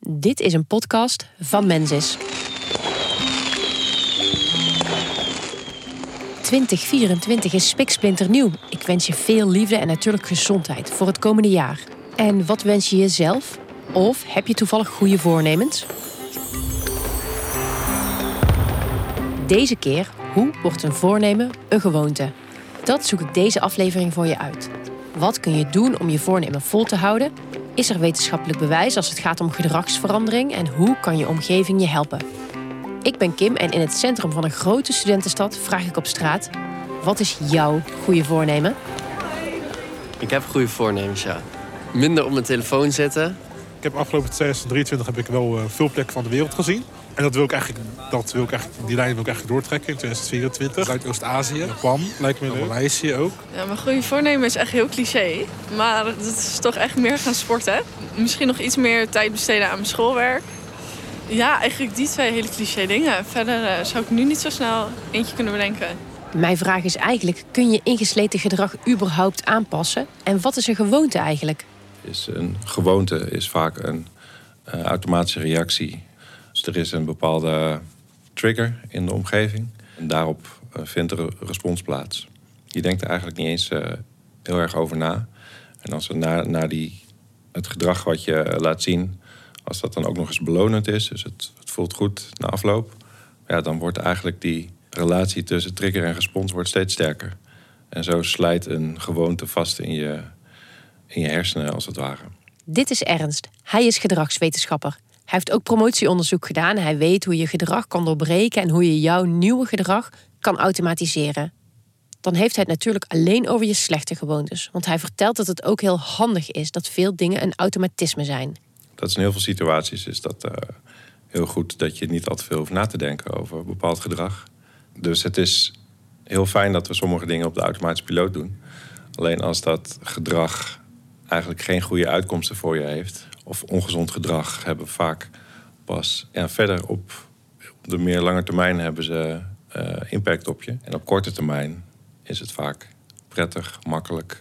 Dit is een podcast van Mensis. 2024 is spiksplinternieuw. Ik wens je veel liefde en natuurlijk gezondheid voor het komende jaar. En wat wens je jezelf? Of heb je toevallig goede voornemens? Deze keer, hoe wordt een voornemen een gewoonte? Dat zoek ik deze aflevering voor je uit. Wat kun je doen om je voornemen vol te houden? Is er wetenschappelijk bewijs als het gaat om gedragsverandering? En hoe kan je omgeving je helpen? Ik ben Kim en in het centrum van een grote studentenstad vraag ik op straat: wat is jouw goede voornemen? Ik heb goede voornemens, ja. Minder op mijn telefoon zitten. Ik heb afgelopen 2023 heb ik wel veel plekken van de wereld gezien. En die lijn wil ik eigenlijk doortrekken in 2024. Zuidoost-Azië, Japan, lijkt me leuk. Maleisië ook. Ja, mijn goede voornemen is echt heel cliché. Maar het is toch echt meer gaan sporten. Misschien nog iets meer tijd besteden aan mijn schoolwerk. Ja, eigenlijk die twee hele cliché dingen. Verder zou ik nu niet zo snel eentje kunnen bedenken. Mijn vraag is eigenlijk: kun je ingesleten gedrag überhaupt aanpassen? En wat is een gewoonte eigenlijk? Een gewoonte is vaak een automatische reactie. Dus er is een bepaalde trigger in de omgeving. En daarop vindt er een respons plaats. Je denkt er eigenlijk niet eens heel erg over na. En als er na het gedrag wat je laat zien, als dat dan ook nog eens belonend is, dus het voelt goed na afloop, ja, dan wordt eigenlijk die relatie tussen trigger en respons wordt steeds sterker. En zo slijt een gewoonte vast in je hersenen, als het ware. Dit is Ernst. Hij is gedragswetenschapper. Hij heeft ook promotieonderzoek gedaan. Hij weet hoe je gedrag kan doorbreken en hoe je jouw nieuwe gedrag kan automatiseren. Dan heeft hij het natuurlijk alleen over je slechte gewoontes. Want hij vertelt dat het ook heel handig is dat veel dingen een automatisme zijn. Dat is in heel veel situaties is dat heel goed dat je niet al te veel hoeft na te denken over bepaald gedrag. Dus het is heel fijn dat we sommige dingen op de automatische piloot doen. Alleen als dat gedrag eigenlijk geen goede uitkomsten voor je heeft, of ongezond gedrag, hebben vaak pas verder op de meer lange termijn hebben ze impact op je. En op korte termijn is het vaak prettig, makkelijk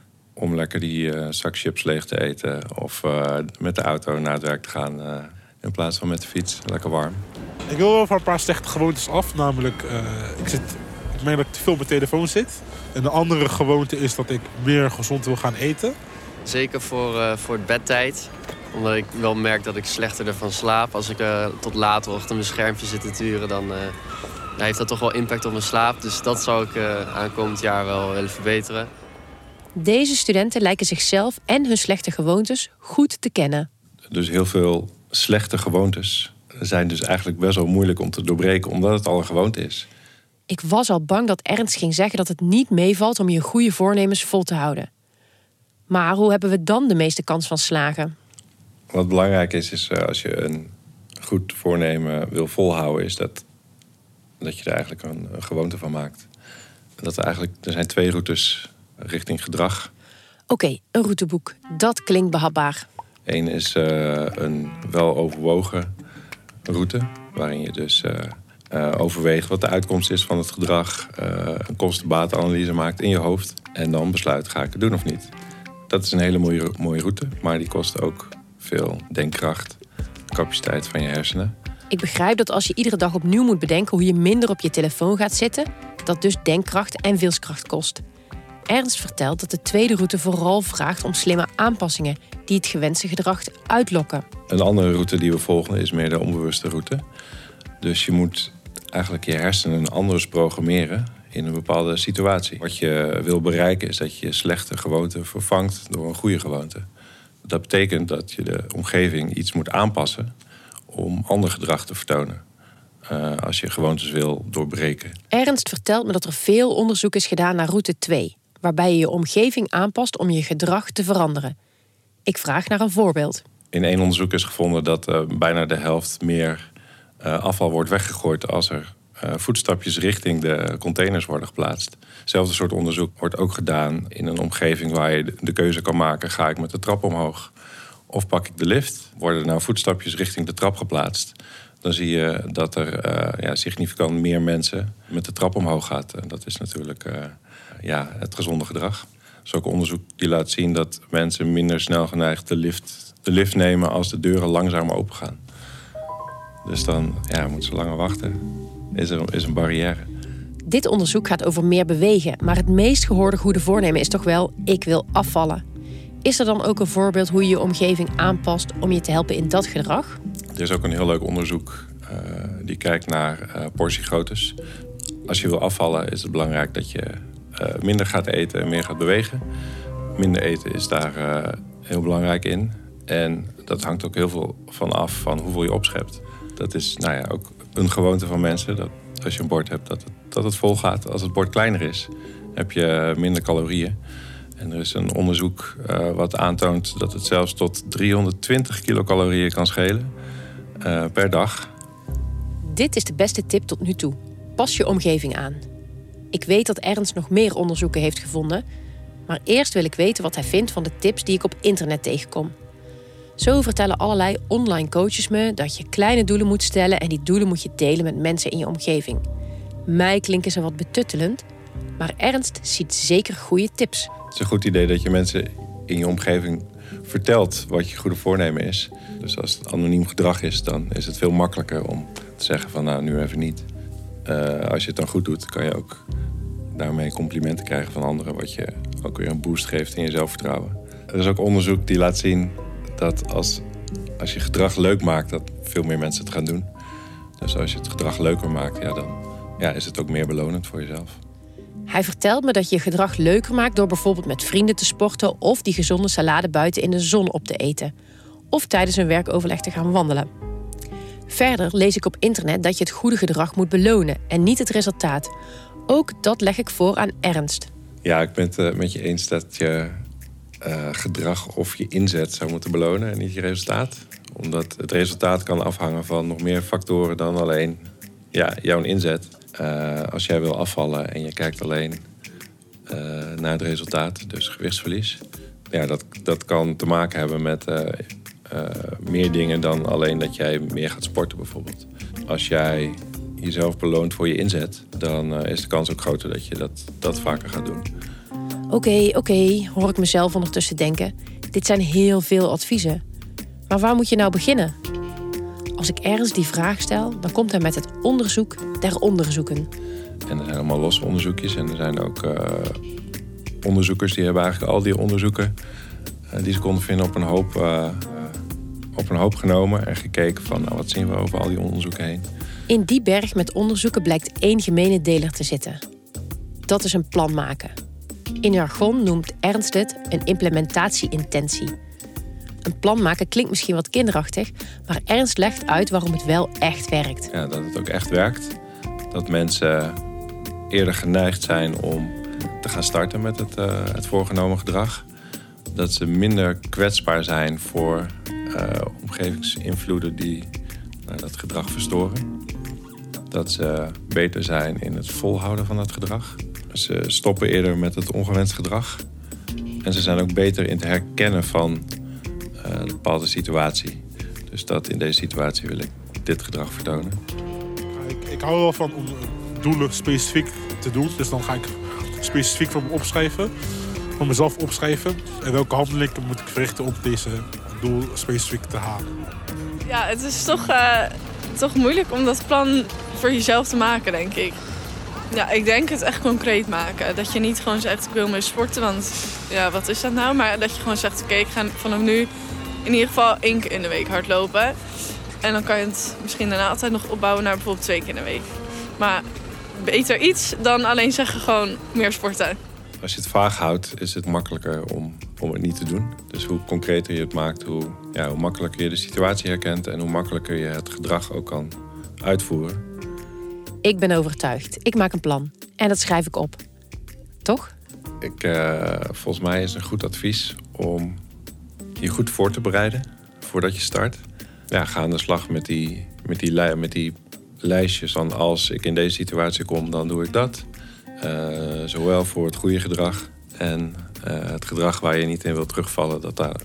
om lekker die zak chips leeg te eten of met de auto naar het werk te gaan in plaats van met de fiets, lekker warm. Ik wil wel van een paar slechte gewoontes af. Namelijk, ik merk dat ik te veel op mijn telefoon zit. En de andere gewoonte is dat ik meer gezond wil gaan eten. Zeker voor het bedtijd. Omdat ik wel merk dat ik slechter ervan slaap. Als ik tot later achter mijn schermpje zit te turen, dan heeft dat toch wel impact op mijn slaap. Dus dat zou ik aankomend jaar wel willen verbeteren. Deze studenten lijken zichzelf en hun slechte gewoontes goed te kennen. Dus heel veel slechte gewoontes zijn dus eigenlijk best wel moeilijk om te doorbreken, omdat het al een gewoonte is. Ik was al bang dat Ernst ging zeggen dat het niet meevalt om je goede voornemens vol te houden. Maar hoe hebben we dan de meeste kans van slagen? Wat belangrijk is als je een goed voornemen wil volhouden, is dat je er eigenlijk een gewoonte van maakt. Er zijn 2 routes richting gedrag. Oké, een routeboek. Dat klinkt behapbaar. Eén is een wel overwogen route, waarin je dus overweegt wat de uitkomst is van het gedrag, een kosten-batenanalyse maakt in je hoofd en dan besluit: ga ik het doen of niet. Dat is een hele mooie route, maar die kost ook veel denkkracht, capaciteit van je hersenen. Ik begrijp dat als je iedere dag opnieuw moet bedenken hoe je minder op je telefoon gaat zitten, dat dus denkkracht en wilskracht kost. Ernst vertelt dat de tweede route vooral vraagt om slimme aanpassingen die het gewenste gedrag uitlokken. Een andere route die we volgen is meer de onbewuste route. Dus je moet eigenlijk je hersenen anders programmeren in een bepaalde situatie. Wat je wil bereiken is dat je je slechte gewoonte vervangt door een goede gewoonte. Dat betekent dat je de omgeving iets moet aanpassen om ander gedrag te vertonen. Als je gewoontes wil doorbreken. Ernst vertelt me dat er veel onderzoek is gedaan naar route 2... waarbij je je omgeving aanpast om je gedrag te veranderen. Ik vraag naar een voorbeeld. In 1 onderzoek is gevonden dat bijna de helft meer afval wordt weggegooid als er voetstapjes richting de containers worden geplaatst. Hetzelfde soort onderzoek wordt ook gedaan in een omgeving waar je de keuze kan maken: ga ik met de trap omhoog of pak ik de lift? Worden er nou voetstapjes richting de trap geplaatst, dan zie je dat er significant meer mensen met de trap omhoog gaat. En dat is natuurlijk het gezonde gedrag. Er is ook onderzoek die laat zien dat mensen minder snel geneigd de lift de lift nemen als de deuren langzaam open gaan. Dus dan moeten ze langer wachten. Is een barrière. Dit onderzoek gaat over meer bewegen, maar het meest gehoorde goede voornemen is toch wel: ik wil afvallen. Is er dan ook een voorbeeld hoe je je omgeving aanpast om je te helpen in dat gedrag? Er is ook een heel leuk onderzoek die kijkt naar portiegroottes. Als je wil afvallen is het belangrijk dat je minder gaat eten en meer gaat bewegen. Minder eten is daar heel belangrijk in. En dat hangt ook heel veel van af van hoeveel je opschept. Dat is ook een gewoonte van mensen. Dat als je een bord hebt, dat het vol gaat. Als het bord kleiner is, heb je minder calorieën. En er is een onderzoek wat aantoont dat het zelfs tot 320 kilocalorieën kan schelen per dag. Dit is de beste tip tot nu toe. Pas je omgeving aan. Ik weet dat Ernst nog meer onderzoeken heeft gevonden, maar eerst wil ik weten wat hij vindt van de tips die ik op internet tegenkom. Zo vertellen allerlei online coaches me dat je kleine doelen moet stellen en die doelen moet je delen met mensen in je omgeving. Mij klinken ze wat betuttelend, maar Ernst ziet zeker goede tips. Het is een goed idee dat je mensen in je omgeving vertelt wat je goede voornemen is. Dus als het anoniem gedrag is, dan is het veel makkelijker om te zeggen van nu even niet. Als je het dan goed doet, kan je ook daarmee complimenten krijgen van anderen, wat je ook weer een boost geeft in je zelfvertrouwen. Er is ook onderzoek die laat zien dat als je gedrag leuk maakt, dat veel meer mensen het gaan doen. Dus als je het gedrag leuker maakt, dan is het ook meer belonend voor jezelf. Hij vertelt me dat je gedrag leuker maakt door bijvoorbeeld met vrienden te sporten of die gezonde salade buiten in de zon op te eten. Of tijdens een werkoverleg te gaan wandelen. Verder lees ik op internet dat je het goede gedrag moet belonen en niet het resultaat. Ook dat leg ik voor aan Ernst. Ja, ik ben het met je eens dat je gedrag of je inzet zou moeten belonen en niet je resultaat. Omdat het resultaat kan afhangen van nog meer factoren dan alleen jouw inzet. Als jij wil afvallen en je kijkt alleen naar het resultaat, dus gewichtsverlies. Dat kan te maken hebben met meer dingen dan alleen dat jij meer gaat sporten bijvoorbeeld. Als jij jezelf beloont voor je inzet, dan is de kans ook groter dat je dat vaker gaat doen. Oké, hoor ik mezelf ondertussen denken. Dit zijn heel veel adviezen. Maar waar moet je nou beginnen? Als ik Ernst die vraag stel, dan komt hij met het onderzoek der onderzoeken. En er zijn allemaal losse onderzoekjes. En er zijn ook onderzoekers die hebben eigenlijk al die onderzoeken die ze konden vinden op een hoop genomen en gekeken van wat zien we over al die onderzoeken heen. In die berg met onderzoeken blijkt één gemene deler te zitten. Dat is een plan maken. In jargon noemt Ernst het een implementatie-intentie. Een plan maken klinkt misschien wat kinderachtig, maar Ernst legt uit waarom het wel echt werkt. Ja, dat het ook echt werkt. Dat mensen eerder geneigd zijn om te gaan starten met het voorgenomen gedrag. Dat ze minder kwetsbaar zijn voor omgevingsinvloeden die dat gedrag verstoren. Dat ze beter zijn in het volhouden van dat gedrag. Ze stoppen eerder met het ongewenst gedrag. En ze zijn ook beter in het herkennen van een bepaalde situatie. Dus dat in deze situatie wil ik dit gedrag vertonen. Ik hou er wel van om doelen specifiek te doen. Dus dan ga ik specifiek voor me opschrijven. Voor mezelf opschrijven. En welke handelingen moet ik verrichten om deze doel specifiek te halen. Ja, het is toch moeilijk om dat plan voor jezelf te maken, denk ik. Ja, ik denk het echt concreet maken. Dat je niet gewoon zegt, ik wil meer sporten, want wat is dat nou? Maar dat je gewoon zegt, oké, ik ga vanaf nu in ieder geval 1 keer in de week hardlopen. En dan kan je het misschien daarna altijd nog opbouwen naar bijvoorbeeld 2 keer in de week. Maar beter iets dan alleen zeggen gewoon meer sporten. Als je het vaag houdt, is het makkelijker om het niet te doen. Dus hoe concreter je het maakt, hoe makkelijker je de situatie herkent en hoe makkelijker je het gedrag ook kan uitvoeren. Ik ben overtuigd. Ik maak een plan. En dat schrijf ik op. Toch? Volgens mij is het een goed advies om je goed voor te bereiden voordat je start. Ja, ga aan de slag met die lijstjes van als ik in deze situatie kom, dan doe ik dat. Zowel voor het goede gedrag en het gedrag waar je niet in wilt terugvallen,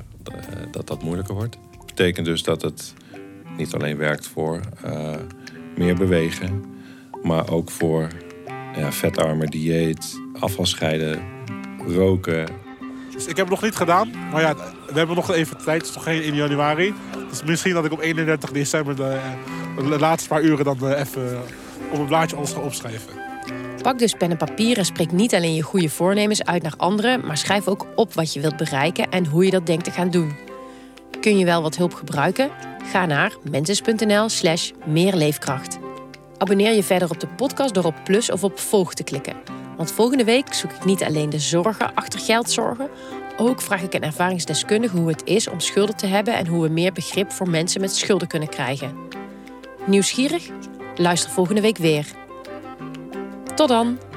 dat moeilijker wordt. Dat betekent dus dat het niet alleen werkt voor meer bewegen, maar ook voor vetarme dieet, afvalscheiden, roken. Dus ik heb het nog niet gedaan. Maar ja, we hebben nog even tijd. Het is nog geen 1 januari. Dus misschien dat ik op 31 december de laatste paar uren dan even op een blaadje alles ga opschrijven. Pak dus pen en papier en spreek niet alleen je goede voornemens uit naar anderen, maar schrijf ook op wat je wilt bereiken en hoe je dat denkt te gaan doen. Kun je wel wat hulp gebruiken? Ga naar mensis.nl/meerleefkracht. Abonneer je verder op de podcast door op plus of op volg te klikken. Want volgende week zoek ik niet alleen de zorgen achter geldzorgen, ook vraag ik een ervaringsdeskundige hoe het is om schulden te hebben en hoe we meer begrip voor mensen met schulden kunnen krijgen. Nieuwsgierig? Luister volgende week weer. Tot dan!